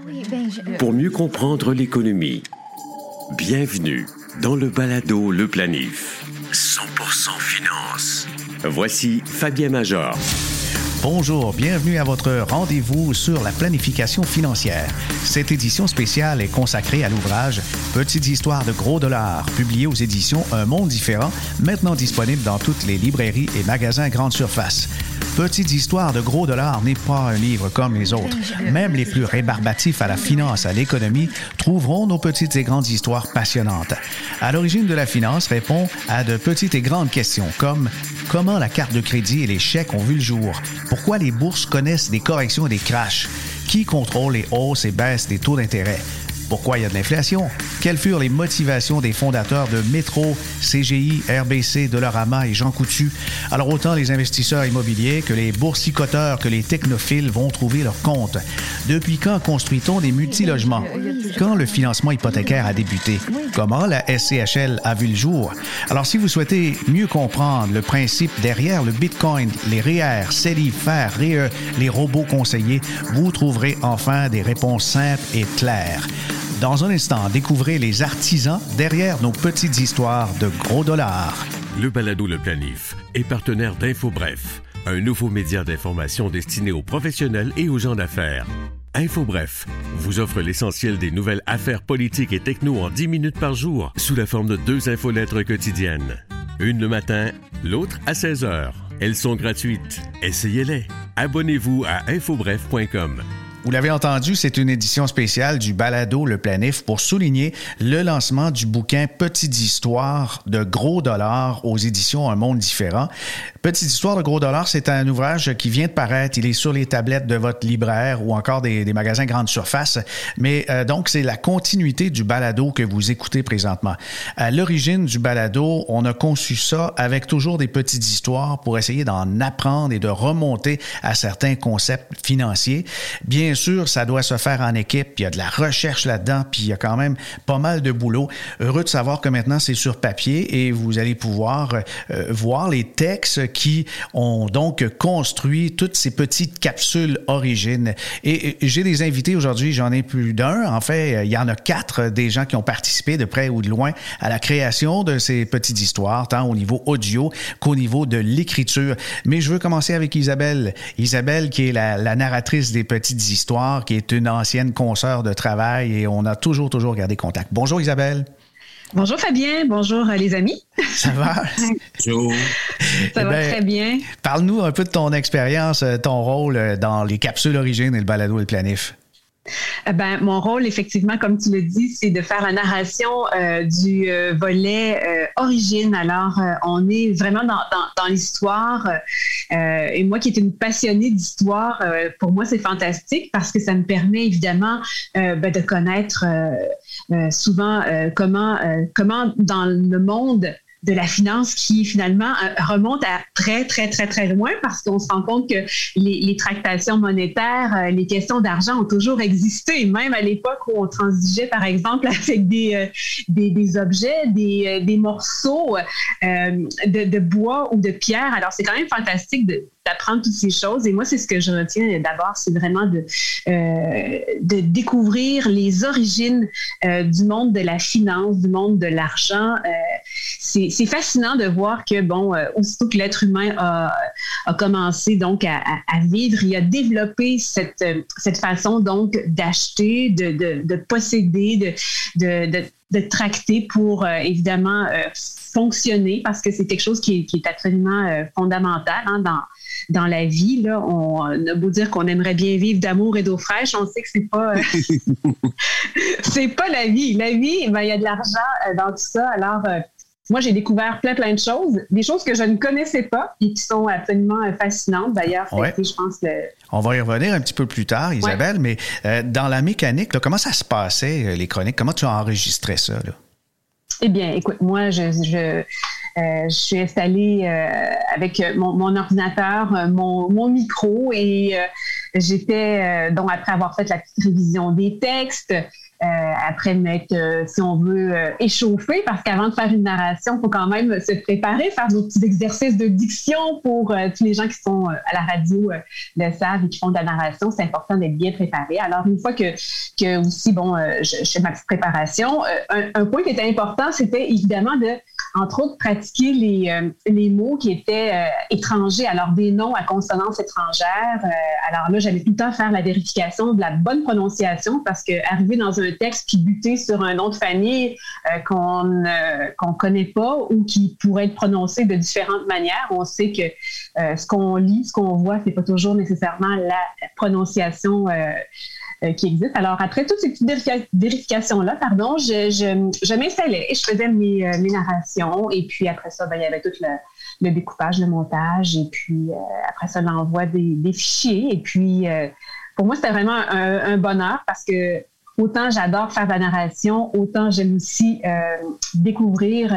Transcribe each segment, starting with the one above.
Pour mieux comprendre l'économie, bienvenue dans le balado Le Planif. 100% finance. Voici Fabien Major. Bonjour, bienvenue à votre rendez-vous sur la planification financière. Cette édition spéciale est consacrée à l'ouvrage « Petites histoires de gros dollars » publié aux éditions Un monde différent, maintenant disponible dans toutes les librairies et magasins grande surface. Petites histoires de gros dollars n'est pas un livre comme les autres. Même les plus rébarbatifs à la finance, à l'économie, trouveront nos petites et grandes histoires passionnantes. À l'origine de la finance répond à de petites et grandes questions comme comment la carte de crédit et les chèques ont vu le jour, pourquoi les bourses connaissent des corrections et des crashs, qui contrôle les hausses et baisses des taux d'intérêt, pourquoi il y a de l'inflation? Quelles furent les motivations des fondateurs de Métro, CGI, RBC, Dollarama et Jean Coutu? Alors autant les investisseurs immobiliers que les boursicoteurs que les technophiles vont trouver leur compte. Depuis quand construit-on des multilogements? Quand le financement hypothécaire a débuté? Comment la SCHL a vu le jour? Alors si vous souhaitez mieux comprendre le principe derrière le Bitcoin, les REER, CELI, FER, REE, les robots conseillers, vous trouverez enfin des réponses simples et claires. Dans un instant, découvrez les artisans derrière nos petites histoires de gros dollars. Le balado Le Planif est partenaire d'InfoBref, un nouveau média d'information destiné aux professionnels et aux gens d'affaires. InfoBref vous offre l'essentiel des nouvelles affaires politiques et techno en 10 minutes par jour sous la forme de 2 infolettres quotidiennes. Une le matin, l'autre à 16 heures. Elles sont gratuites. Essayez-les. Abonnez-vous à infobref.com. Vous l'avez entendu, c'est une édition spéciale du balado Le Planif pour souligner le lancement du bouquin Petites histoires de gros dollars aux éditions Un monde différent. Petites histoires de gros dollars, c'est un ouvrage qui vient de paraître. Il est sur les tablettes de votre libraire ou encore des magasins grande surface. Mais donc, c'est la continuité du balado que vous écoutez présentement. À l'origine du balado, on a conçu ça avec toujours des petites histoires pour essayer d'en apprendre et de remonter à certains concepts financiers. Bien sûr, ça doit se faire en équipe. Il y a de la recherche là-dedans, puis il y a quand même pas mal de boulot. Heureux de savoir que maintenant, c'est sur papier et vous allez pouvoir voir les textes qui ont donc construit toutes ces petites capsules origines. Et j'ai des invités aujourd'hui, j'en ai plus d'un. En fait, il y en a 4 des gens qui ont participé de près ou de loin à la création de ces petites histoires, tant au niveau audio qu'au niveau de l'écriture. Mais je veux commencer avec Isabelle. Isabelle, qui est la narratrice des petites histoires, qui est une ancienne consoeur de travail et on a toujours gardé contact. Bonjour Isabelle. Bonjour Fabien, bonjour les amis. Ça va? Bonjour. Ça va très bien. Parle-nous un peu de ton expérience, ton rôle dans les capsules origines et le balado et le planif. Mon rôle, effectivement, comme tu le dis, c'est de faire la narration du volet origine. Alors, on est vraiment dans l'histoire. Et moi qui est une passionnée d'histoire, pour moi, c'est fantastique parce que ça me permet évidemment de connaître souvent comment dans le monde de la finance qui finalement remonte à très, très, très, très loin parce qu'on se rend compte que les tractations monétaires, les questions d'argent ont toujours existé, même à l'époque où on transigeait, par exemple, avec des objets, des morceaux de bois ou de pierre. Alors, c'est quand même fantastique d'apprendre toutes ces choses. Et moi, c'est ce que je retiens d'abord, c'est vraiment de découvrir les origines du monde de la finance, du monde de l'argent. C'est fascinant de voir que, aussitôt que l'être humain a commencé donc à vivre, il a développé cette façon donc d'acheter, de posséder, de tracter pour évidemment fonctionner parce que c'est quelque chose qui est absolument fondamental dans la vie. Là, on a beau dire qu'on aimerait bien vivre d'amour et d'eau fraîche, on sait que c'est pas c'est pas la vie. La vie, il y a de l'argent dans tout ça. Alors moi, j'ai découvert plein de choses, des choses que je ne connaissais pas et qui sont absolument fascinantes. D'ailleurs, ouais. Je pense on va y revenir un petit peu plus tard, Isabelle, ouais. Mais dans la mécanique, là, comment ça se passait, les chroniques? Comment tu as enregistré ça, là? Eh bien, écoute, moi, je suis installée avec mon ordinateur, mon micro et j'étais, donc après avoir fait la petite révision des textes, après m'être, si on veut, échauffée, parce qu'avant de faire une narration, il faut quand même se préparer, faire nos petits exercices de diction pour tous les gens qui sont à la radio le savent et qui font de la narration. C'est important d'être bien préparé. Alors, une fois que aussi, je fais ma petite préparation, un point qui était important, c'était évidemment de, entre autres, pratiquer les mots qui étaient étrangers, alors des noms à consonance étrangère. Alors là, j'allais tout le temps faire la vérification de la bonne prononciation, parce qu'arriver dans un texte puis buter sur un nom de famille qu'on connaît pas ou qui pourrait être prononcé de différentes manières, on sait que ce qu'on lit, ce qu'on voit, c'est pas toujours nécessairement la prononciation qui existe. Alors, après toutes ces petites vérifications-là, je m'installais et je faisais mes narrations. Et puis, après ça, il y avait tout le découpage, le montage. Et puis, après ça, l'envoi des fichiers. Et puis, pour moi, c'était vraiment un bonheur, parce que autant j'adore faire de la narration, autant j'aime aussi découvrir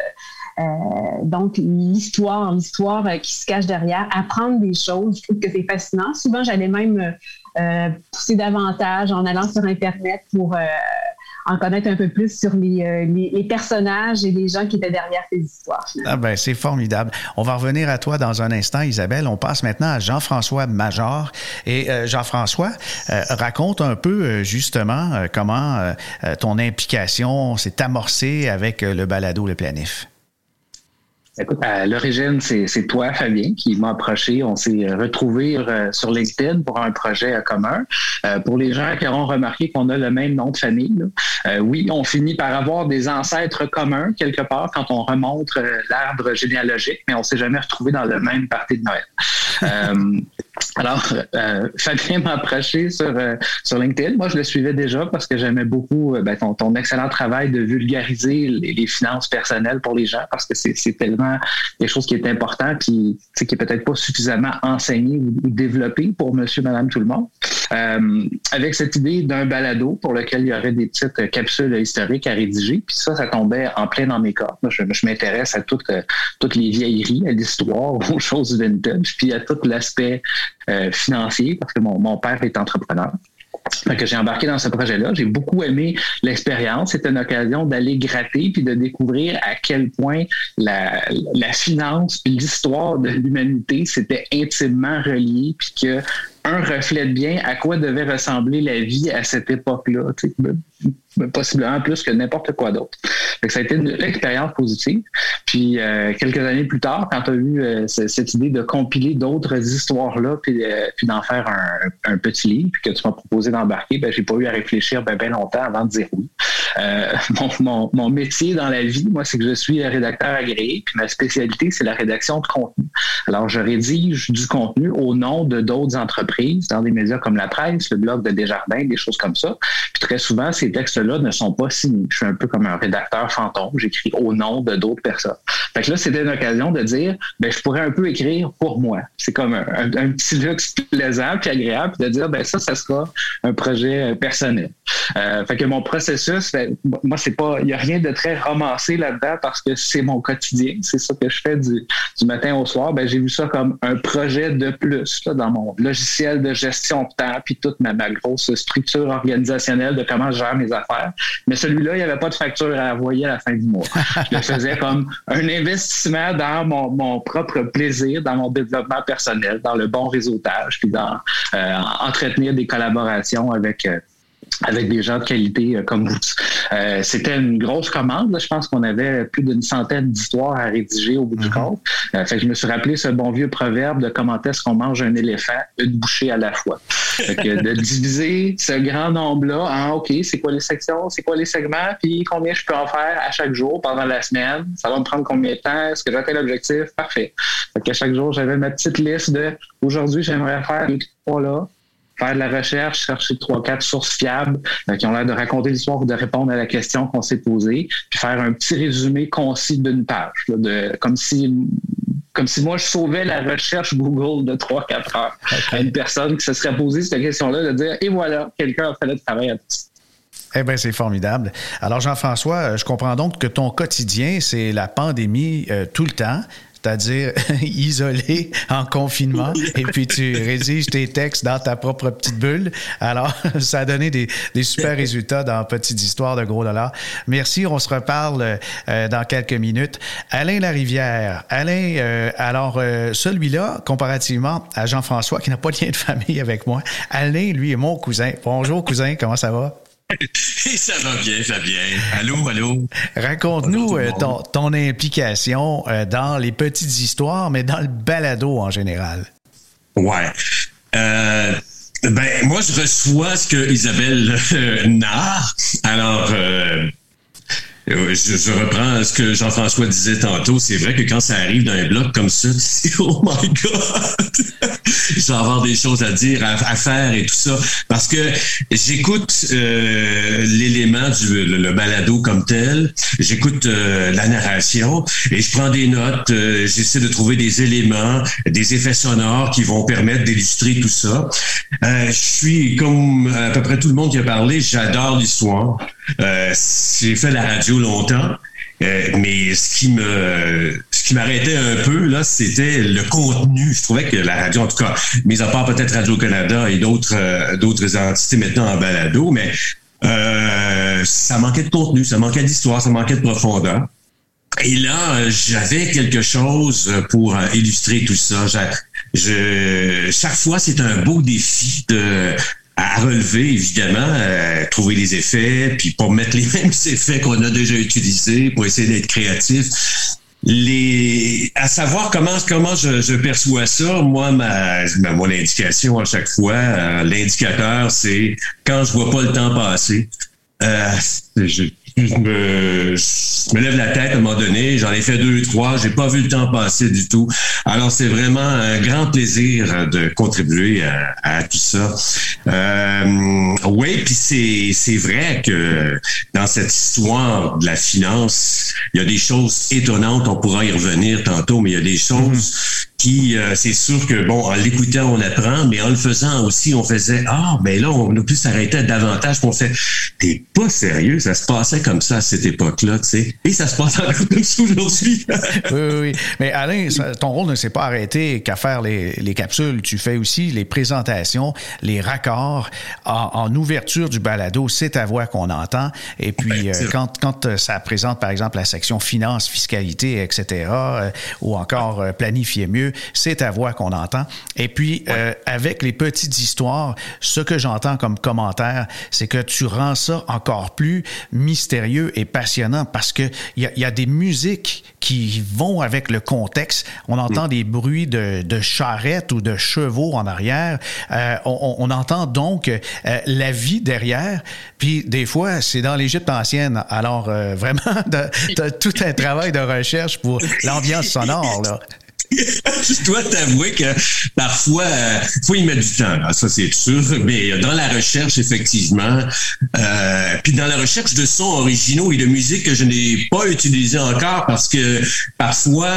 donc l'histoire qui se cache derrière, apprendre des choses. Je trouve que c'est fascinant. Souvent, j'allais même pousser davantage en allant sur Internet pour en connaître un peu plus sur les personnages et les gens qui étaient derrière ces histoires. Ah ben, c'est formidable. On va revenir à toi dans un instant, Isabelle. On passe maintenant à Jean-François Major. Et Jean-François, raconte un peu justement comment ton implication s'est amorcée avec le balado Le Planif. Écoute, à l'origine, c'est toi, Fabien, qui m'a approché. On s'est retrouvés sur LinkedIn pour un projet commun. Pour les gens qui auront remarqué qu'on a le même nom de famille, oui, on finit par avoir des ancêtres communs quelque part quand on remonte l'arbre généalogique, mais on s'est jamais retrouvés dans le même party de Noël. Alors, Fabien m'a approché sur LinkedIn. Moi, je le suivais déjà parce que j'aimais beaucoup ton excellent travail de vulgariser les finances personnelles pour les gens, parce que c'est tellement quelque chose qui est important, qui est peut-être pas suffisamment enseigné ou développé pour monsieur, madame, tout le monde. Avec cette idée d'un balado pour lequel il y aurait des petites capsules historiques à rédiger. Puis ça tombait en plein dans mes cordes. Je m'intéresse à toutes les vieilleries, à l'histoire, aux choses vintage, puis à tout l'aspect financier, parce que mon père est entrepreneur. Fait que j'ai embarqué dans ce projet-là. J'ai beaucoup aimé l'expérience. C'était une occasion d'aller gratter puis de découvrir à quel point la finance puis l'histoire de l'humanité s'étaient intimement reliées, puis que un reflète bien à quoi devait ressembler la vie à cette époque-là, possiblement plus que n'importe quoi d'autre. Fait que ça a été une expérience positive. Puis quelques années plus tard, quand tu as eu cette idée de compiler d'autres histoires-là, puis d'en faire un petit livre, puis que tu m'as proposé d'embarquer, j'ai pas eu à réfléchir bien longtemps avant de dire oui. Mon métier dans la vie, moi, c'est que je suis rédacteur agréé, puis ma spécialité, c'est la rédaction de contenu. Alors, je rédige du contenu au nom de d'autres entreprises dans des médias comme la presse, le blog de Desjardins, des choses comme ça. Puis très souvent, ces textes-là ne sont pas signés. Je suis un peu comme un rédacteur fantôme. J'écris au nom de d'autres personnes. Fait que là, c'était une occasion de dire, je pourrais un peu écrire pour moi. C'est comme un petit luxe plaisant puis agréable, puis de dire, ça sera un projet personnel. Fait que mon processus, moi, il n'y a rien de très romancé là-dedans, parce que c'est mon quotidien. C'est ça que je fais du matin au soir. J'ai vu ça comme un projet de plus là, dans mon logiciel de gestion de temps, puis toute ma grosse structure organisationnelle de comment je gère mes affaires. Mais celui-là, il n'y avait pas de facture à envoyer à la fin du mois. Je le faisais comme un investissement dans mon propre plaisir, dans mon développement personnel, dans le bon réseautage, puis dans entretenir des collaborations avec des gens de qualité comme vous. C'était une grosse commande. Là. Je pense qu'on avait plus d'une centaine d'histoires à rédiger au bout du compte. Fait que je me suis rappelé ce bon vieux proverbe de comment est-ce qu'on mange un éléphant, une bouchée à la fois. Fait que de diviser ce grand nombre-là en OK, c'est quoi les sections, c'est quoi les segments, puis combien je peux en faire à chaque jour pendant la semaine. Ça va me prendre combien de temps? Est-ce que j'atteins l'objectif? Parfait. Fait qu'à chaque jour, j'avais ma petite liste de aujourd'hui, j'aimerais faire les 3 faire de la recherche, chercher 3-4 sources fiables qui ont l'air de raconter l'histoire ou de répondre à la question qu'on s'est posée, puis faire un petit résumé concis d'une page, là, comme si moi, je sauvais la recherche Google de 3-4 heures à une personne qui se serait posée cette question-là, de dire « Et voilà, quelqu'un a fait le travail à tout ça. » Eh bien, c'est formidable. Alors, Jean-François, je comprends donc que ton quotidien, c'est la pandémie tout le temps. c'est-à-dire isolé, en confinement, et puis tu rédiges tes textes dans ta propre petite bulle. Alors, ça a donné des super résultats dans Petites histoires de gros dollars. Merci, on se reparle dans quelques minutes. Alain Larivière. Alain, alors, celui-là, comparativement à Jean-François, qui n'a pas de lien de famille avec moi, Alain, lui, est mon cousin. Bonjour, cousin, comment ça va? Et ça va bien, Fabien. Allô? Raconte-nous ton implication dans les petites histoires, mais dans le balado en général. Ouais. Moi, je reçois ce que Isabelle narre. Alors, je reprends ce que Jean-François disait tantôt. C'est vrai que quand ça arrive dans un bloc comme ça, tu dis, oh my God! Je vais avoir des choses à dire, à faire et tout ça. Parce que j'écoute l'élément le balado comme tel. J'écoute la narration et je prends des notes. J'essaie de trouver des éléments, des effets sonores qui vont permettre d'illustrer tout ça. Je suis comme à peu près tout le monde qui a parlé, j'adore l'histoire. J'ai fait la radio longtemps, mais ce qui m'arrêtait un peu là, c'était le contenu. Je trouvais que la radio, en tout cas, mis à part peut-être Radio-Canada et d'autres entités maintenant en balado, mais ça manquait de contenu, ça manquait d'histoire, ça manquait de profondeur. Et là, j'avais quelque chose pour illustrer tout ça. Chaque fois, c'est un beau défi à relever, évidemment, trouver des effets, puis pas mettre les mêmes effets qu'on a déjà utilisés pour essayer d'être créatif. À savoir comment je perçois ça, moi, mon indication à chaque fois, l'indicateur, c'est quand je vois pas le temps passer. Je me lève la tête à un moment donné, j'en ai fait 2, 3, j'ai pas vu le temps passer du tout. Alors c'est vraiment un grand plaisir de contribuer à tout ça. Oui, puis c'est vrai que dans cette histoire de la finance, il y a des choses étonnantes, on pourra y revenir tantôt, mais il y a des choses qui, c'est sûr que, bon, en l'écoutant, on apprend, mais en le faisant aussi, on faisait, ben là, on a pu s'arrêter davantage, puis on fait, t'es pas sérieux, ça se passait comme ça à cette époque-là, tu sais, et ça se passe encore comme ça aujourd'hui. Oui. Mais Alain, ton rôle ne s'est pas arrêté qu'à faire les capsules. Tu fais aussi les présentations, les raccords en ouverture du balado. C'est ta voix qu'on entend. Et puis, quand ça présente, par exemple, la section finance, fiscalité, etc., ou encore planifier mieux, c'est ta voix qu'on entend. Et puis, avec les petites histoires, ce que j'entends comme commentaire, c'est que tu rends ça encore plus mystérieux et passionnant parce que il y a des musiques qui vont avec le contexte. On entend des bruits de charrettes ou de chevaux en arrière. On entend donc la vie derrière. Puis des fois, c'est dans l'Égypte ancienne. Alors, vraiment, t'as tout un travail de recherche pour l'ambiance sonore, là. Je dois t'avouer que parfois, faut y mettre du temps, là, ça c'est sûr, mais dans la recherche, effectivement, puis dans la recherche de sons originaux et de musique que je n'ai pas utilisé encore parce que parfois,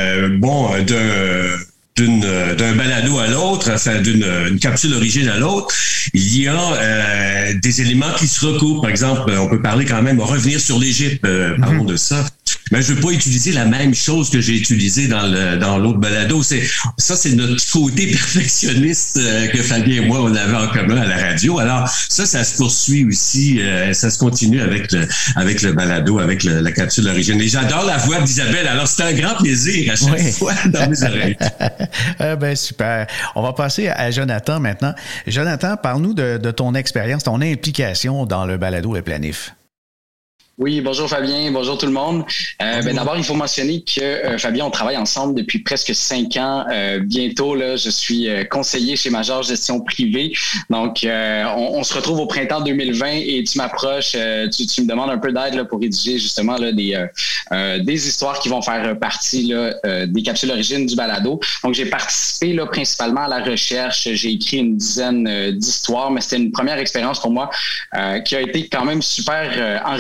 d'un balado à l'autre, enfin d'une capsule origine à l'autre, il y a des éléments qui se recoupent. Par exemple, on peut parler quand même, revenir sur l'Égypte, parlons de ça. Mais je veux pas utiliser la même chose que j'ai utilisé dans l'autre balado. C'est notre côté perfectionniste que Fabien et moi on avait en commun à la radio. Alors ça se poursuit aussi, ça se continue avec le balado, avec la capsule d'origine. Et j'adore la voix d'Isabelle. Alors c'est un grand plaisir à chaque fois dans mes oreilles. Super. On va passer à Jonathan maintenant. Jonathan, parle-nous de ton expérience, ton implication dans le balado Le Planif. Oui, bonjour Fabien, bonjour tout le monde. D'abord, il faut mentionner que Fabien, on travaille ensemble depuis presque 5 ans. Bientôt, là, je suis conseiller chez Major Gestion Privée. Donc, on se retrouve au printemps 2020 et tu m'approches, tu me demandes un peu d'aide là, pour rédiger justement là, des histoires qui vont faire partie là, des capsules origines du balado. Donc, j'ai participé là, principalement à la recherche. J'ai écrit une dizaine d'histoires, mais c'était une première expérience pour moi qui a été quand même super enrichissante.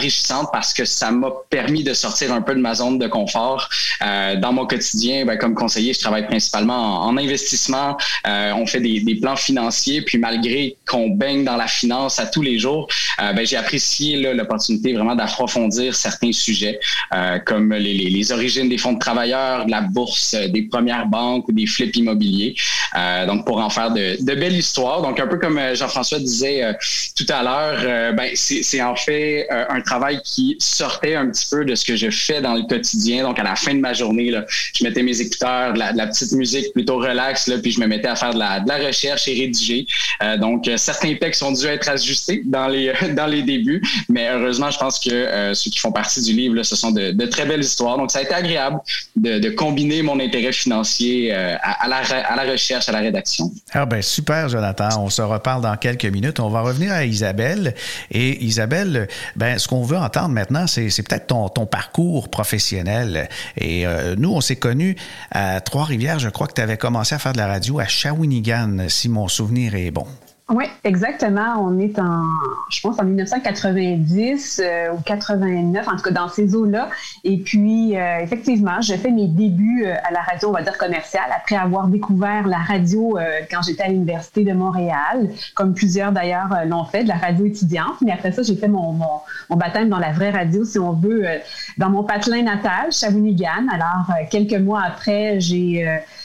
parce que ça m'a permis de sortir un peu de ma zone de confort. Dans mon quotidien, comme conseiller, je travaille principalement en investissement. On fait des plans financiers, puis malgré qu'on baigne dans la finance à tous les jours, j'ai apprécié là, l'opportunité vraiment d'approfondir certains sujets, comme les origines des fonds de travailleurs, de la bourse, des premières banques ou des flips immobiliers. Donc, pour en faire de belles histoires. Donc, un peu comme Jean-François disait tout à l'heure, c'est en fait un travail qui sortait un petit peu de ce que je fais dans le quotidien. Donc, à la fin de ma journée, là, je mettais mes écouteurs, de la petite musique plutôt relax, là, puis je me mettais à faire de la recherche et rédiger. Donc, certains textes ont dû être ajustés dans les débuts, mais heureusement, je pense que ceux qui font partie du livre, là, ce sont de très belles histoires. Donc, ça a été agréable de combiner mon intérêt financier à la recherche, à la rédaction. Ah ben super, Jonathan. On se reparle dans quelques minutes. On va revenir à Isabelle. Et Isabelle, ce qu'on veut entendre maintenant, c'est peut-être ton parcours professionnel. Et nous, on s'est connus à Trois-Rivières. Je crois que tu avais commencé à faire de la radio à Shawinigan, si mon souvenir est bon. Oui, exactement. On est je pense en 1990 ou 89, en tout cas dans ces eaux-là. Et puis, effectivement, j'ai fait mes débuts à la radio, on va dire commerciale, après avoir découvert la radio quand j'étais à l'Université de Montréal, comme plusieurs d'ailleurs l'ont fait, de la radio étudiante. Mais après ça, j'ai fait mon baptême dans la vraie radio, si on veut, dans mon patelin natal, Shawinigan. Alors, quelques mois après, j'ai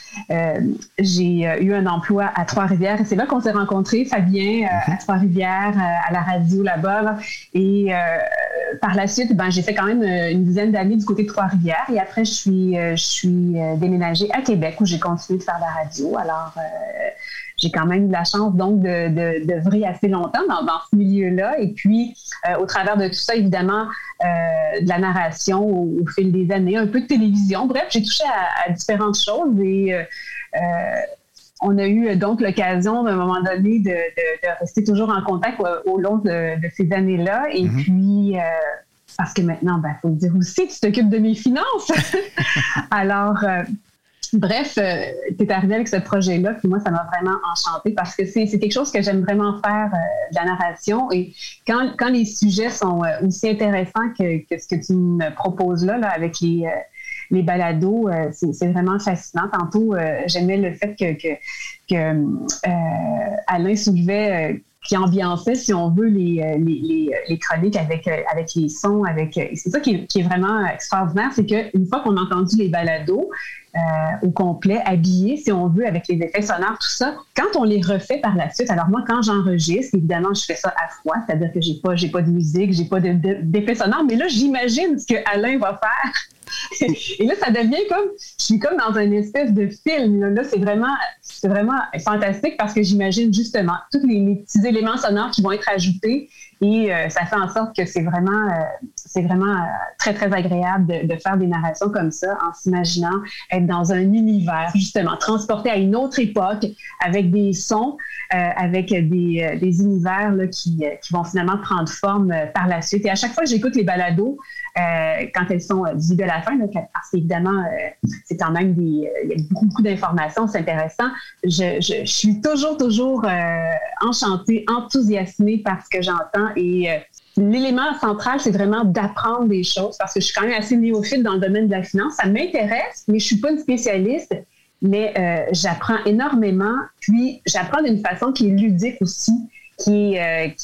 eu un emploi à Trois-Rivières et c'est là qu'on s'est rencontrés, Fabien, à Trois-Rivières, à la radio là-bas. Et par la suite, j'ai fait quand même une dizaine d'années du côté de Trois-Rivières et après, je suis déménagée à Québec où j'ai continué de faire de la radio. Alors, j'ai quand même eu la chance donc d'œuvrer assez longtemps dans ce milieu-là. Et puis, au travers de tout ça, évidemment, de la narration au fil des années, un peu de télévision. Bref, j'ai touché à différentes choses et on a eu donc l'occasion, à un moment donné, de rester toujours en contact au long de ces années-là. Et puis, parce que maintenant, faut le dire aussi, tu t'occupes de mes finances. Alors... Bref, tu es arrivé avec ce projet-là, puis moi, ça m'a vraiment enchantée parce que c'est quelque chose que j'aime vraiment faire, de la narration. Et quand les sujets sont aussi intéressants que ce que tu me proposes là avec les balados, c'est vraiment fascinant. Tantôt, j'aimais le fait que Alain soulevait... qui ambiançait, si on veut, les chroniques avec les sons. C'est ça qui est vraiment extraordinaire, c'est qu'une fois qu'on a entendu les balados au complet, habillés, si on veut, avec les effets sonores, tout ça, quand on les refait par la suite, alors moi, quand j'enregistre, évidemment, je fais ça à froid, c'est-à-dire que j'ai pas de musique, j'ai pas d'effets sonores, mais là, j'imagine ce que Alain va faire. Et là, ça devient je suis comme dans une espèce de film. Là, c'est vraiment fantastique parce que j'imagine justement tous les petits éléments sonores qui vont être ajoutés et ça fait en sorte que c'est vraiment très, très agréable de faire des narrations comme ça en s'imaginant être dans un univers, justement, transporté à une autre époque avec des sons, avec des univers là, qui vont finalement prendre forme par la suite. Et à chaque fois que j'écoute les balados, quand elles sont du début à la fin, là, parce qu'évidemment, c'est quand même il y a beaucoup d'informations, c'est intéressant. Je suis toujours enchantée, enthousiasmée par ce que j'entends et l'élément central, c'est vraiment d'apprendre des choses parce que je suis quand même assez néophyte dans le domaine de la finance. Ça m'intéresse, mais je suis pas une spécialiste. Mais j'apprends énormément, puis j'apprends d'une façon qui est ludique aussi, qui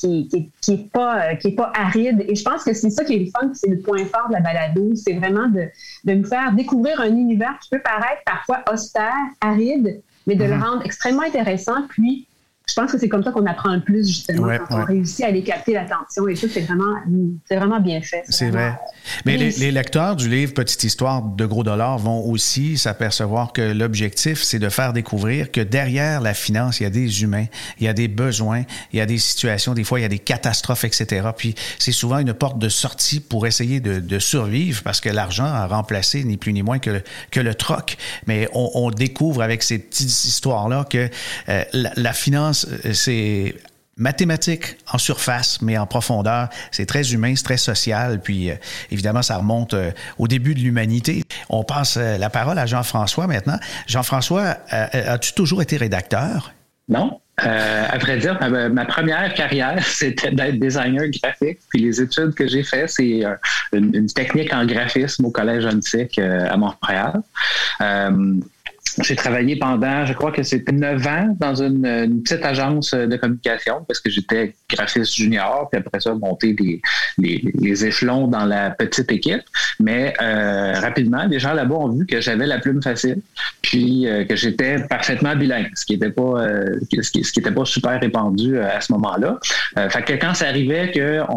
est pas aride. Et je pense que c'est ça qui est le fun, c'est le point fort de la balado, c'est vraiment de nous faire découvrir un univers qui peut paraître parfois austère, aride, mais de le rendre extrêmement intéressant. Puis, je pense que c'est comme ça qu'on apprend le plus, justement, quand on réussit à aller capter l'attention. Et ça, c'est vraiment bien fait. C'est vrai. Mais les lecteurs du livre Petite histoire de gros dollars vont aussi s'apercevoir que l'objectif, c'est de faire découvrir que derrière la finance, il y a des humains, il y a des besoins, il y a des situations, des fois, il y a des catastrophes, etc. Puis, c'est souvent une porte de sortie pour essayer de survivre parce que l'argent a remplacé ni plus ni moins que le troc. Mais on découvre avec ces petites histoires-là que la finance, c'est mathématique en surface, mais en profondeur. C'est très humain, c'est très social. Puis, évidemment, ça remonte au début de l'humanité. On passe la parole à Jean-François maintenant. Jean-François, as-tu toujours été rédacteur? Non. À vrai dire, ma première carrière, c'était d'être designer graphique. Puis les études que j'ai faites, c'est une technique en graphisme au Collège Ontic à Montréal. J'ai travaillé pendant, je crois que c'était 9 ans dans une petite agence de communication parce que j'étais graphiste junior, puis après ça, monter les échelons dans la petite équipe. Mais rapidement, les gens là-bas ont vu que j'avais la plume facile, puis que j'étais parfaitement bilingue, ce qui était pas super répandu à ce moment-là. Fait que quand ça arrivait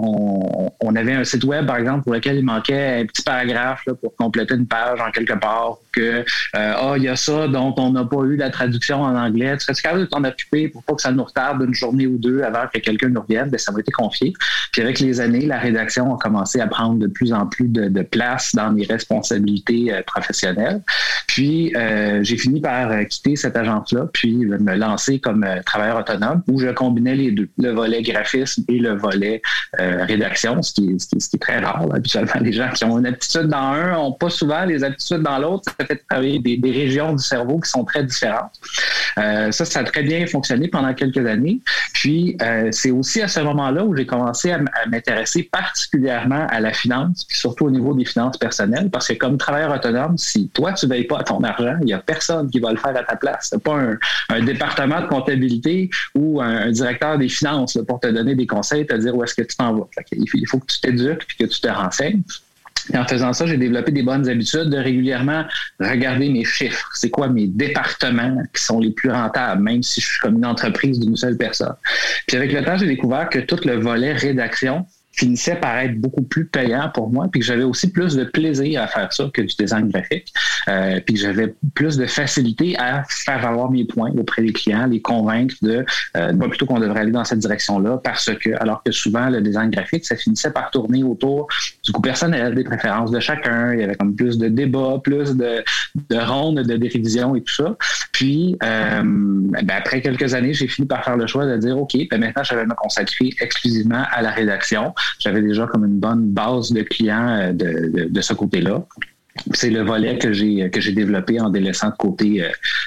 qu'on avait un site web, par exemple, pour lequel il manquait un petit paragraphe là, pour compléter une page en quelque part, que il y a ça dont on n'a pas eu la traduction en anglais, tu serais capable de t'en occuper pour pas que ça nous retarde une journée ou deux avant que quelqu'un nous revienne? Bien, ça m'a été confié. Puis avec les années, la rédaction a commencé à prendre de plus en plus de place dans mes responsabilités professionnelles. Puis j'ai fini par quitter cette agence-là, puis me lancer comme travailleur autonome où je combinais les deux, le volet graphisme et le volet rédaction, ce qui est très rare. Là. Habituellement, les gens qui ont une aptitude dans un n'ont pas souvent les aptitudes dans l'autre. Ça fait travailler des régions du cerveau qui sont très différentes. Ça a très bien fonctionné pendant quelques années. Puis, c'est aussi à ce moment-là où j'ai commencé à m'intéresser particulièrement à la finance, puis surtout au niveau des finances personnelles, parce que comme travailleur autonome, si toi, tu ne veilles pas à ton argent, il n'y a personne qui va le faire à ta place. Tu n'as pas un département de comptabilité ou un directeur des finances là, pour te donner des conseils, te dire où est-ce que tu t'en vas. Il faut que tu t'éduques et que tu te renseignes. Et en faisant ça, j'ai développé des bonnes habitudes de régulièrement regarder mes chiffres. C'est quoi mes départements qui sont les plus rentables, même si je suis comme une entreprise d'une seule personne. Puis avec le temps, j'ai découvert que tout le volet rédaction finissait par être beaucoup plus payant pour moi, puis que j'avais aussi plus de plaisir à faire ça que du design graphique, puis que j'avais plus de facilité à faire valoir mes points auprès des clients, les convaincre de plutôt qu'on devrait aller dans cette direction-là, parce que, alors que souvent, le design graphique, ça finissait par tourner autour du goût personnel, des préférences de chacun, il y avait comme plus de débats, plus de rondes, de révisions et tout ça. Puis, après quelques années, j'ai fini par faire le choix de dire, OK, maintenant, je vais me consacrer exclusivement à la rédaction. J'avais déjà comme une bonne base de clients de ce côté-là. C'est le volet que j'ai développé en délaissant de côté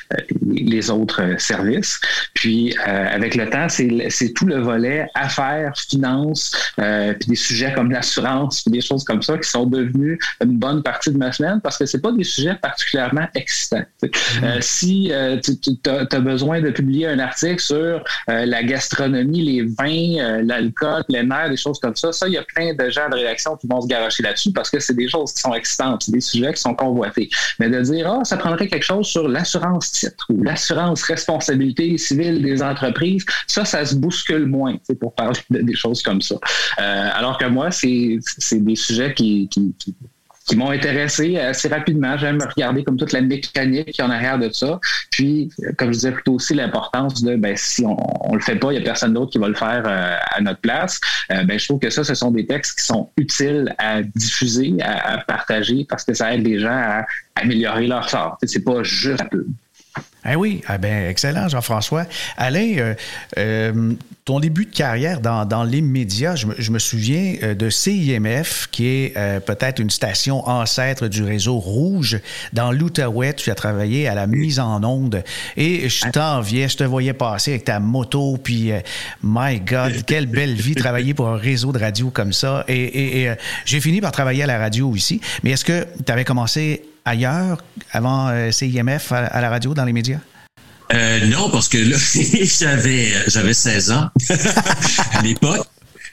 les autres services. Puis avec le temps, c'est tout le volet affaires, finances, puis des sujets comme l'assurance, puis des choses comme ça qui sont devenus une bonne partie de ma semaine parce que c'est pas des sujets particulièrement excitants. Si tu as besoin de publier un article sur la gastronomie, les vins, l'alcool, plein air, des choses comme ça, il y a plein de gens de rédaction qui vont se garocher là-dessus parce que c'est des choses qui sont excitantes, des sujets qui sont convoités. Mais de dire, ça prendrait quelque chose sur l'assurance titre ou l'assurance responsabilité civile des entreprises, ça se bouscule moins pour parler des choses comme ça. Alors que moi, c'est des sujets qui m'ont intéressé assez rapidement. J'aime regarder comme toute la mécanique qui est en arrière de ça. Puis, comme je disais plutôt aussi, l'importance de, si on le fait pas, il y a personne d'autre qui va le faire à notre place. Je trouve que ce sont des textes qui sont utiles à diffuser, à partager, parce que ça aide les gens à améliorer leur sort. C'est pas juste un peu. Ah oui, excellent, Jean-François. Alain, ton début de carrière dans les médias, je me souviens de CIMF, qui est peut-être une station ancêtre du réseau Rouge. Dans l'Outaouais, tu as travaillé à la mise en onde et je t'enviais, je te voyais passer avec ta moto, puis my God, quelle belle vie travailler pour un réseau de radio comme ça. Et j'ai fini par travailler à la radio ici. Mais est-ce que tu avais commencé ailleurs, avant CIMF, à la radio, dans les médias? Non, parce que là, j'avais 16 ans à l'époque.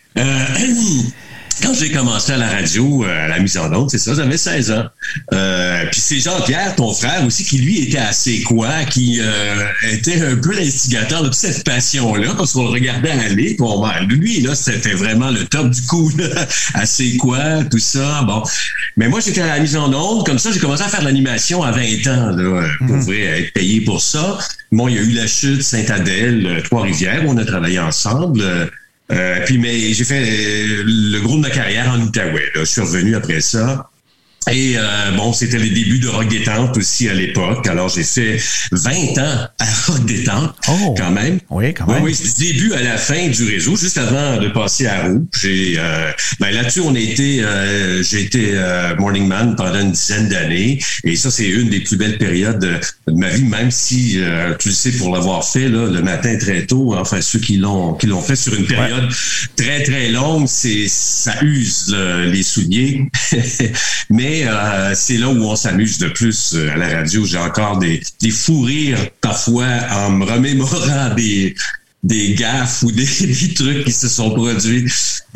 Quand j'ai commencé à la radio, à la mise en onde, c'est ça, j'avais 16 ans. Puis c'est Jean-Pierre, ton frère aussi, qui lui était assez quoi, qui était un peu l'instigateur de toute cette passion-là, parce qu'on le regardait aller. Lui, là, c'était vraiment le top du coup, là. Assez quoi, tout ça. Bon. Mais moi, j'étais à la mise en onde, comme ça, j'ai commencé à faire de l'animation à 20 ans, là, pour vrai, être payé pour ça. Bon, il y a eu la chute, Sainte-Adèle, Trois-Rivières, on a travaillé ensemble. Mais j'ai fait le gros de ma carrière en Outaouais. Là. Je suis revenu après ça. Et bon, c'était les débuts de Rock Détente aussi à l'époque. Alors, j'ai fait 20 ans à Rock Détente, quand même. Oui, quand même. Oui, du début à la fin du réseau, juste avant de passer à Roux. Là-dessus, j'ai été Morning Man pendant une dizaine d'années. Et ça, c'est une des plus belles périodes de ma vie, même si, tu le sais, pour l'avoir fait là, le matin très tôt, enfin, ceux qui l'ont fait sur une période très, très longue, ça use les souliers. Mais c'est là où on s'amuse de plus à la radio. J'ai encore des fous rires parfois en me remémorant des gaffes ou des trucs qui se sont produits.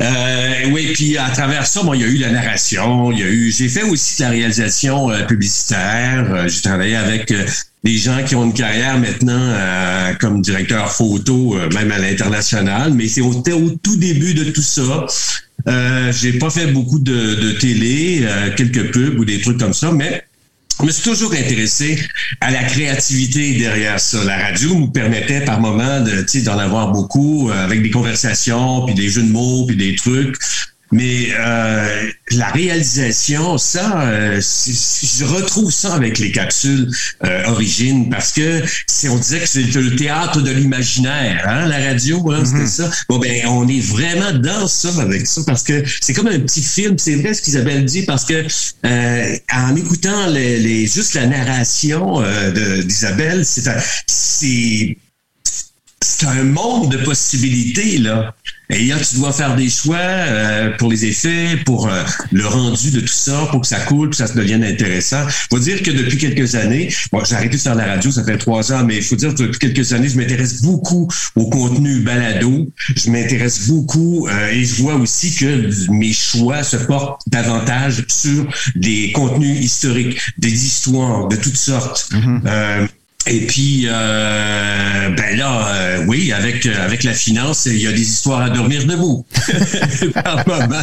Oui, puis à travers ça, bon, il y a eu la narration, j'ai fait aussi de la réalisation publicitaire. J'ai travaillé avec des gens qui ont une carrière maintenant comme directeur photo, même à l'international, mais c'était au tout début de tout ça. J'ai pas fait beaucoup de télé, quelques pubs ou des trucs comme ça, mais je me suis toujours intéressé à la créativité derrière ça. La radio nous permettait par moments d'en avoir beaucoup avec des conversations, puis des jeux de mots, puis des trucs. Mais la réalisation, ça, je retrouve ça avec les capsules Origine, parce que on disait que c'était le théâtre de l'imaginaire, hein, la radio, hein, c'était ça. Bon, ben, on est vraiment dans ça avec ça, parce que c'est comme un petit film. C'est vrai ce qu'Isabelle dit, parce que en écoutant juste la narration d'Isabelle, c'est un monde de possibilités, là. Et là, tu dois faire des choix pour les effets, pour le rendu de tout ça, pour que ça coule, pour que ça devienne intéressant. Il faut dire que depuis quelques années, bon, j'ai arrêté de faire la radio, ça fait 3 ans, mais il faut dire que depuis quelques années, je m'intéresse beaucoup au contenu balado. Je m'intéresse beaucoup et je vois aussi que mes choix se portent davantage sur des contenus historiques, des histoires de toutes sortes. Et puis, oui, avec la finance, il y a des histoires à dormir debout. Par moment.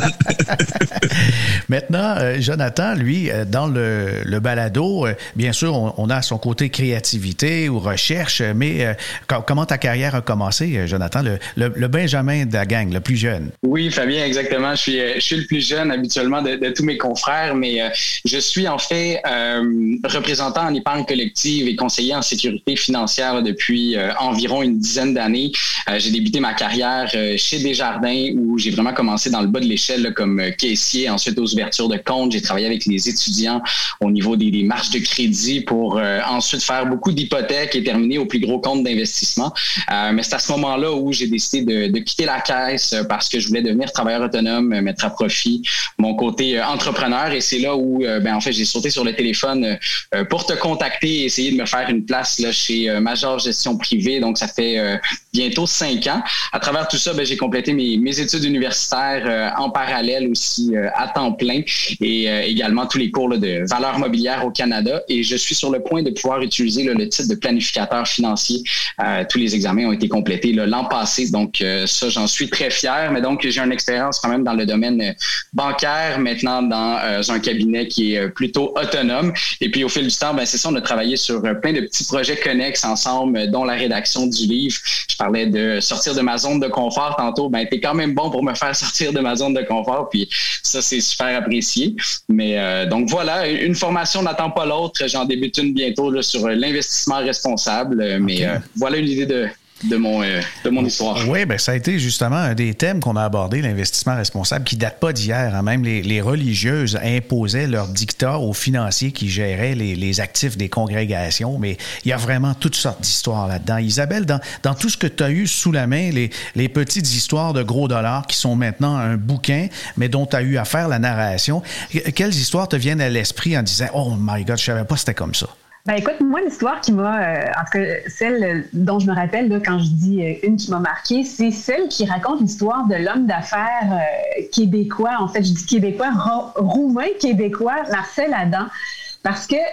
Maintenant, Jonathan, lui, dans le balado, bien sûr, on a son côté créativité ou recherche, mais comment ta carrière a commencé, Jonathan, le Benjamin de la gang, le plus jeune? Oui, Fabien, exactement. Je suis le plus jeune habituellement de tous mes confrères, mais je suis en fait représentant en épargne collective et conseiller en sécurité financière depuis environ une dizaine d'années. J'ai débuté ma carrière chez Desjardins, où j'ai vraiment commencé dans le bas de l'échelle là, comme caissier, ensuite aux ouvertures de comptes. J'ai travaillé avec les étudiants au niveau des marges de crédit pour ensuite faire beaucoup d'hypothèques et terminer au plus gros compte d'investissement. Mais c'est à ce moment-là où j'ai décidé de quitter la caisse parce que je voulais devenir travailleur autonome, mettre à profit mon côté entrepreneur. Et c'est là où en fait, j'ai sauté sur le téléphone pour te contacter et essayer de me faire une place là, chez Major Gestion Privée. Donc, ça fait bientôt 5 ans. À travers tout ça, j'ai complété mes études universitaires en parallèle aussi à temps plein et également tous les cours là, de valeurs mobilières au Canada. Et je suis sur le point de pouvoir utiliser là, le titre de planificateur financier. Tous les examens ont été complétés là, l'an passé. Donc, ça, j'en suis très fier. Mais donc, j'ai une expérience quand même dans le domaine bancaire, maintenant dans un cabinet qui est plutôt autonome. Et puis, au fil du temps, c'est ça, on a travaillé sur plein de petits projets connexes ensemble, dont la rédaction du livre. Je parlais de sortir de ma zone de confort tantôt. T'es quand même bon pour me faire sortir de ma zone de confort, puis ça, c'est super apprécié. Mais donc voilà, une formation n'attend pas l'autre. J'en débute une bientôt là, sur l'investissement responsable. Mais voilà une idée de mon histoire. Oui, ça a été justement un des thèmes qu'on a abordé, l'investissement responsable, qui date pas d'hier. Hein. Même les religieuses imposaient leur dictat aux financiers qui géraient les actifs des congrégations, mais il y a vraiment toutes sortes d'histoires là-dedans. Isabelle, dans tout ce que tu as eu sous la main, les petites histoires de gros dollars qui sont maintenant un bouquin, mais dont tu as eu à faire la narration, quelles histoires te viennent à l'esprit en disant « Oh my God, je savais pas c'était comme ça ». Écoute, moi, l'histoire qui m'a, en tout cas, celle dont je me rappelle là, quand je dis une qui m'a marquée, c'est celle qui raconte l'histoire de l'homme d'affaires québécois. En fait, je dis québécois, roumain québécois, Marcel Adam. Parce que,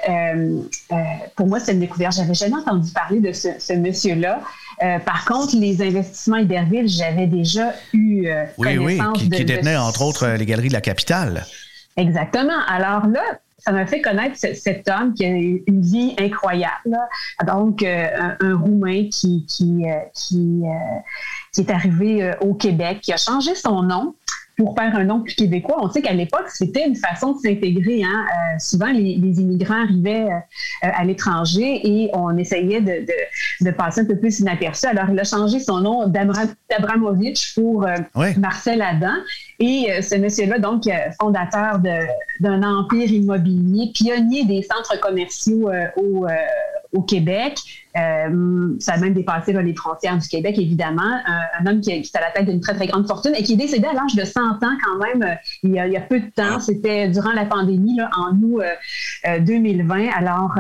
pour moi, c'est une découverte. J'avais jamais entendu parler de ce monsieur-là. Par contre, les investissements Iberville, j'avais déjà eu connaissance qui détenait, entre autres, les Galeries de la Capitale. Exactement. Alors là, ça m'a fait connaître cet homme qui a une vie incroyable. Là. Donc, un Roumain qui est arrivé au Québec, qui a changé son nom pour faire un nom plus québécois. On sait qu'à l'époque, c'était une façon de s'intégrer. Souvent, les immigrants arrivaient à l'étranger et on essayait de passer un peu plus inaperçu. Alors, il a changé son nom d'Abramovich pour Marcel Adam. Et ce monsieur-là, donc, fondateur d'un empire immobilier, pionnier des centres commerciaux au Québec. Ça a même dépassé les frontières du Québec, évidemment. Un homme qui est à la tête d'une très, très grande fortune et qui est décédé à l'âge de 100 ans quand même, il y a peu de temps. C'était durant la pandémie, là, en août 2020. Alors,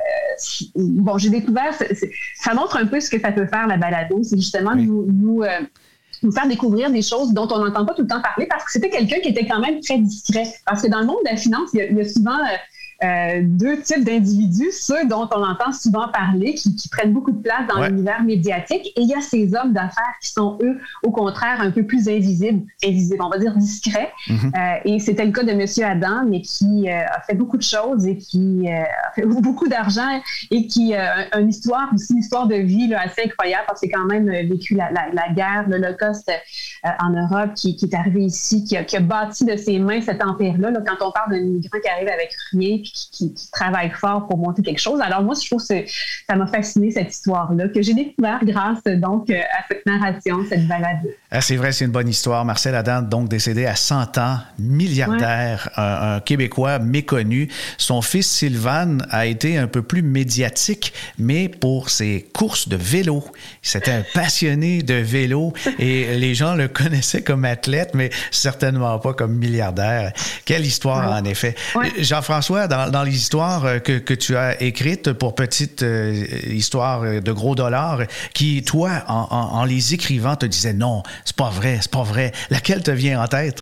j'ai découvert, ça montre un peu ce que ça peut faire, la balado. C'est justement nous faire découvrir des choses dont on n'entend pas tout le temps parler parce que c'était quelqu'un qui était quand même très discret. Parce que dans le monde de la finance, il y a souvent deux types d'individus, ceux dont on entend souvent parler, qui prennent beaucoup de place dans l'univers médiatique, et il y a ces hommes d'affaires qui sont, eux, au contraire, un peu plus invisibles, on va dire discrets. Et c'était le cas de M. Adam, mais qui a fait beaucoup de choses et qui a fait beaucoup d'argent et qui a une histoire de vie là, assez incroyable, parce qu'il a quand même vécu la guerre, l'Holocauste en Europe, qui est arrivé ici, qui a bâti de ses mains cet empire-là. Là, quand on parle d'un immigrant qui arrive avec rien, qui travaille fort pour monter quelque chose. Alors moi, je trouve que ça m'a fasciné, cette histoire-là, que j'ai découvert grâce donc à cette narration, cette balade. C'est vrai, c'est une bonne histoire. Marcel Adam, donc décédé à 100 ans, milliardaire, un Québécois méconnu. Son fils Sylvain a été un peu plus médiatique, mais pour ses courses de vélo. C'était un passionné de vélo et les gens le connaissaient comme athlète, mais certainement pas comme milliardaire. Quelle histoire, en effet. Jean-François, dans les histoires que tu as écrites pour Petite Histoire de gros dollars, qui, toi, en les écrivant, te disais non, c'est pas vrai. Laquelle te vient en tête?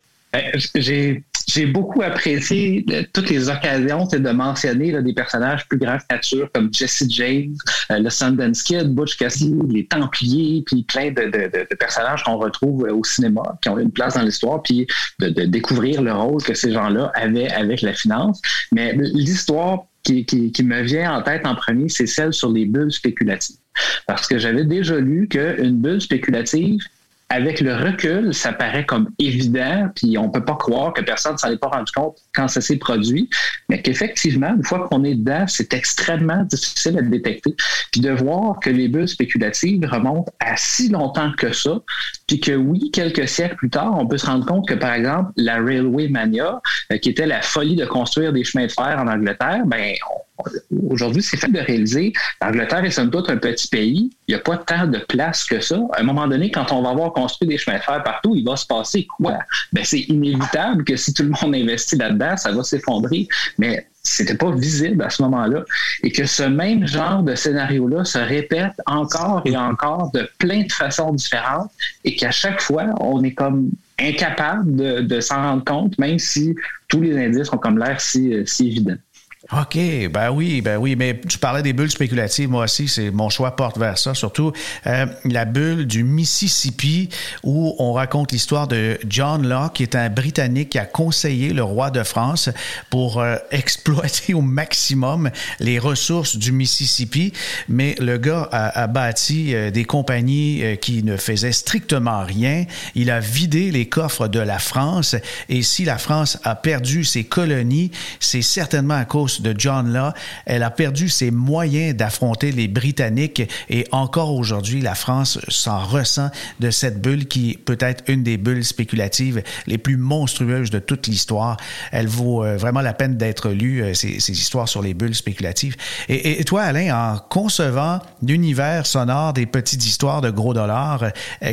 J'ai beaucoup apprécié toutes les occasions de mentionner des personnages plus grands que nature comme Jesse James, le Sundance Kid, Butch Cassidy, les Templiers, puis plein de personnages qu'on retrouve au cinéma, qui ont une place dans l'histoire, puis de découvrir le rôle que ces gens-là avaient avec la finance. Mais l'histoire qui me vient en tête en premier, c'est celle sur les bulles spéculatives. Parce que j'avais déjà lu qu'une bulle spéculative, avec le recul, ça paraît comme évident, puis on peut pas croire que personne ne s'en est pas rendu compte quand ça s'est produit, mais qu'effectivement, une fois qu'on est dedans, c'est extrêmement difficile à détecter. Puis de voir que les bulles spéculatives remontent à si longtemps que ça, puis que oui, quelques siècles plus tard, on peut se rendre compte que, par exemple, la Railway Mania, qui était la folie de construire des chemins de fer en Angleterre, aujourd'hui, c'est fait de réaliser, l'Angleterre est somme toute un petit pays, il n'y a pas tant de place que ça. À un moment donné, quand on va avoir construit des chemins de fer partout, il va se passer quoi? C'est inévitable que si tout le monde investit là-dedans, ça va s'effondrer. Mais c'était pas visible à ce moment-là. Et que ce même genre de scénario-là se répète encore et encore de plein de façons différentes et qu'à chaque fois, on est comme incapable de s'en rendre compte, même si tous les indices ont comme l'air si évidents. OK, ben oui, mais tu parlais des bulles spéculatives, moi aussi, mon choix porte vers ça, surtout la bulle du Mississippi où on raconte l'histoire de John Locke, qui est un Britannique qui a conseillé le roi de France pour exploiter au maximum les ressources du Mississippi, mais le gars a bâti des compagnies qui ne faisaient strictement rien. Il a vidé les coffres de la France et si la France a perdu ses colonies, c'est certainement à cause de John Law. Elle a perdu ses moyens d'affronter les Britanniques et encore aujourd'hui, la France s'en ressent de cette bulle qui peut être une des bulles spéculatives les plus monstrueuses de toute l'histoire. Elle vaut vraiment la peine d'être lue, ces histoires sur les bulles spéculatives. Et toi, Alain, en concevant l'univers sonore des petites histoires de gros dollars,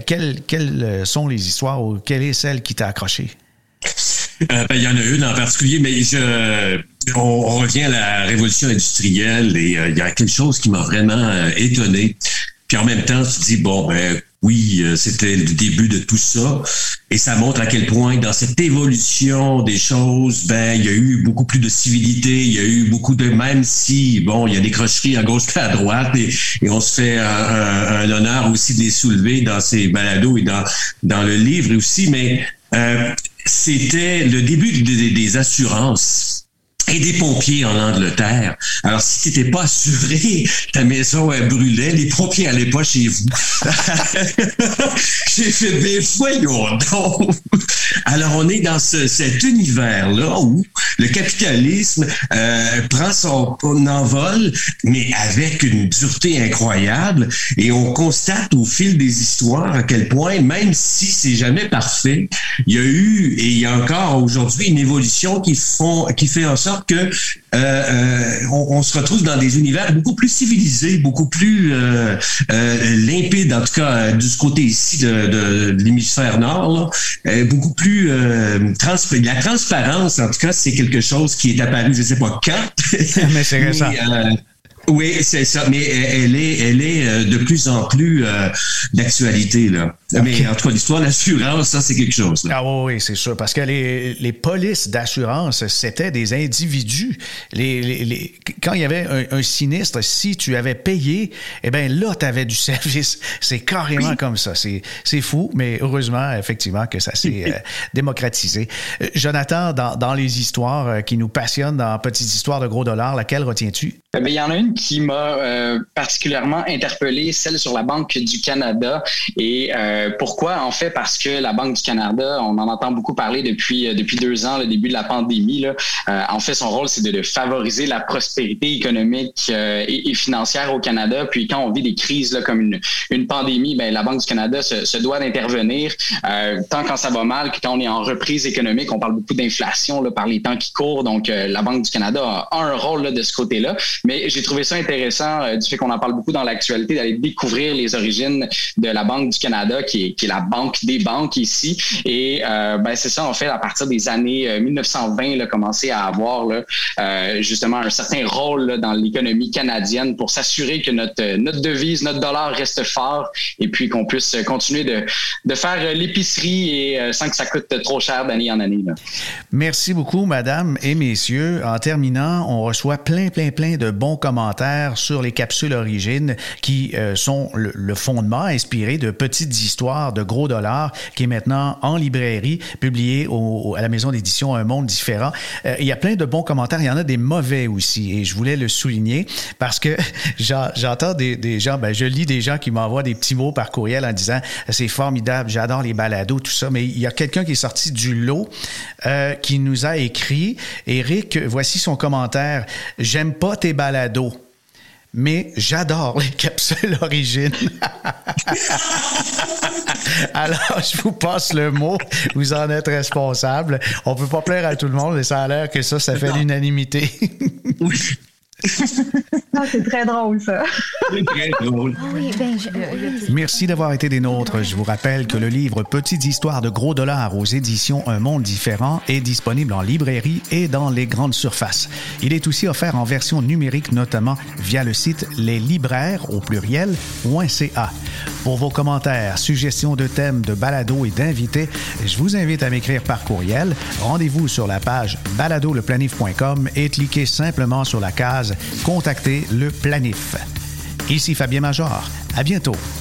quelles sont les histoires ou quelle est celle qui t'a accroché? Il y en a une en particulier, mais on revient à la révolution industrielle et il y a quelque chose qui m'a vraiment étonné. Puis en même temps, tu te dis, oui, c'était le début de tout ça. Et ça montre à quel point, dans cette évolution des choses, il y a eu beaucoup plus de civilité, il y a eu beaucoup de, même si, il y a des crocheries à gauche et à droite, et on se fait un honneur aussi de les soulever dans ces balados et dans le livre aussi, mais c'était le début des assurances et des pompiers en Angleterre. Alors, si tu n'étais pas assuré, ta maison elle brûlait, les pompiers n'allaient pas chez vous. J'ai fait des voyons donc. Alors, on est dans cet univers-là où le capitalisme prend son envol, mais avec une dureté incroyable. Et on constate au fil des histoires à quel point, même si c'est jamais parfait, il y a eu et il y a encore aujourd'hui une évolution qui fait en sorte que on se retrouve dans des univers beaucoup plus civilisés, beaucoup plus limpides, en tout cas du côté ici de l'hémisphère nord, là, beaucoup plus la transparence, en tout cas, c'est quelque chose qui est apparu, je sais pas quand. Mais c'est récent. Oui, c'est ça, mais elle est de plus en plus d'actualité, là. Okay. Mais en tout cas, l'histoire de l'assurance, ça, c'est quelque chose, là. Ah oui, c'est sûr, parce que les polices d'assurance, c'était des individus. Quand il y avait un sinistre, si tu avais payé, eh bien là, tu avais du service. C'est carrément comme ça. C'est fou, mais heureusement, effectivement, que ça s'est démocratisé. Jonathan, dans les histoires qui nous passionnent, dans Petites histoires de gros dollars, laquelle retiens-tu? Il y en a une qui m'a particulièrement interpellé, celle sur la Banque du Canada. Et pourquoi? En fait, parce que la Banque du Canada, on en entend beaucoup parler depuis 2 ans, le début de la pandémie. Là. En fait, son rôle, c'est de favoriser la prospérité économique et financière au Canada. Puis quand on vit des crises là, comme une pandémie, ben la Banque du Canada se doit d'intervenir, tant quand ça va mal que quand on est en reprise économique. On parle beaucoup d'inflation là, par les temps qui courent. Donc, la Banque du Canada a un rôle là, de ce côté-là. Mais j'ai trouvé ça intéressant du fait qu'on en parle beaucoup dans l'actualité, d'aller découvrir les origines de la Banque du Canada, qui est la banque des banques ici. Et c'est ça, en fait, à partir des années 1920, là, commencé à avoir là, justement un certain rôle là, dans l'économie canadienne pour s'assurer que notre devise, notre dollar reste fort et puis qu'on puisse continuer de faire l'épicerie et sans que ça coûte trop cher d'année en année. Là. Merci beaucoup, mesdames et messieurs. En terminant, on reçoit plein de bons commentaires sur les capsules Origines qui sont le fondement inspiré de Petites histoires de gros dollars qui est maintenant en librairie, publié à la maison d'édition Un monde différent. Il y a plein de bons commentaires, il y en a des mauvais aussi et je voulais le souligner parce que j'entends des gens, je lis des gens qui m'envoient des petits mots par courriel en disant c'est formidable, j'adore les balados, tout ça, mais il y a quelqu'un qui est sorti du lot qui nous a écrit, Éric, voici son commentaire: j'aime pas tes balados, mais j'adore les capsules Origines. Alors, je vous passe le mot. Vous en êtes responsable. On peut pas plaire à tout le monde, mais ça a l'air que ça fait l'unanimité. Oui. Ah, c'est très drôle, ça. C'est très drôle. Oui, Merci d'avoir été des nôtres. Je vous rappelle que le livre Petites histoires de gros dollars aux éditions Un monde différent est disponible en librairie et dans les grandes surfaces. Il est aussi offert en version numérique, notamment via le site leslibraires au pluriel.ca. Pour vos commentaires, suggestions de thèmes, de balados et d'invités, je vous invite à m'écrire par courriel. Rendez-vous sur la page baladoleplanif.com et cliquez simplement sur la case « Contacter le planif ». Ici Fabien Major. À bientôt.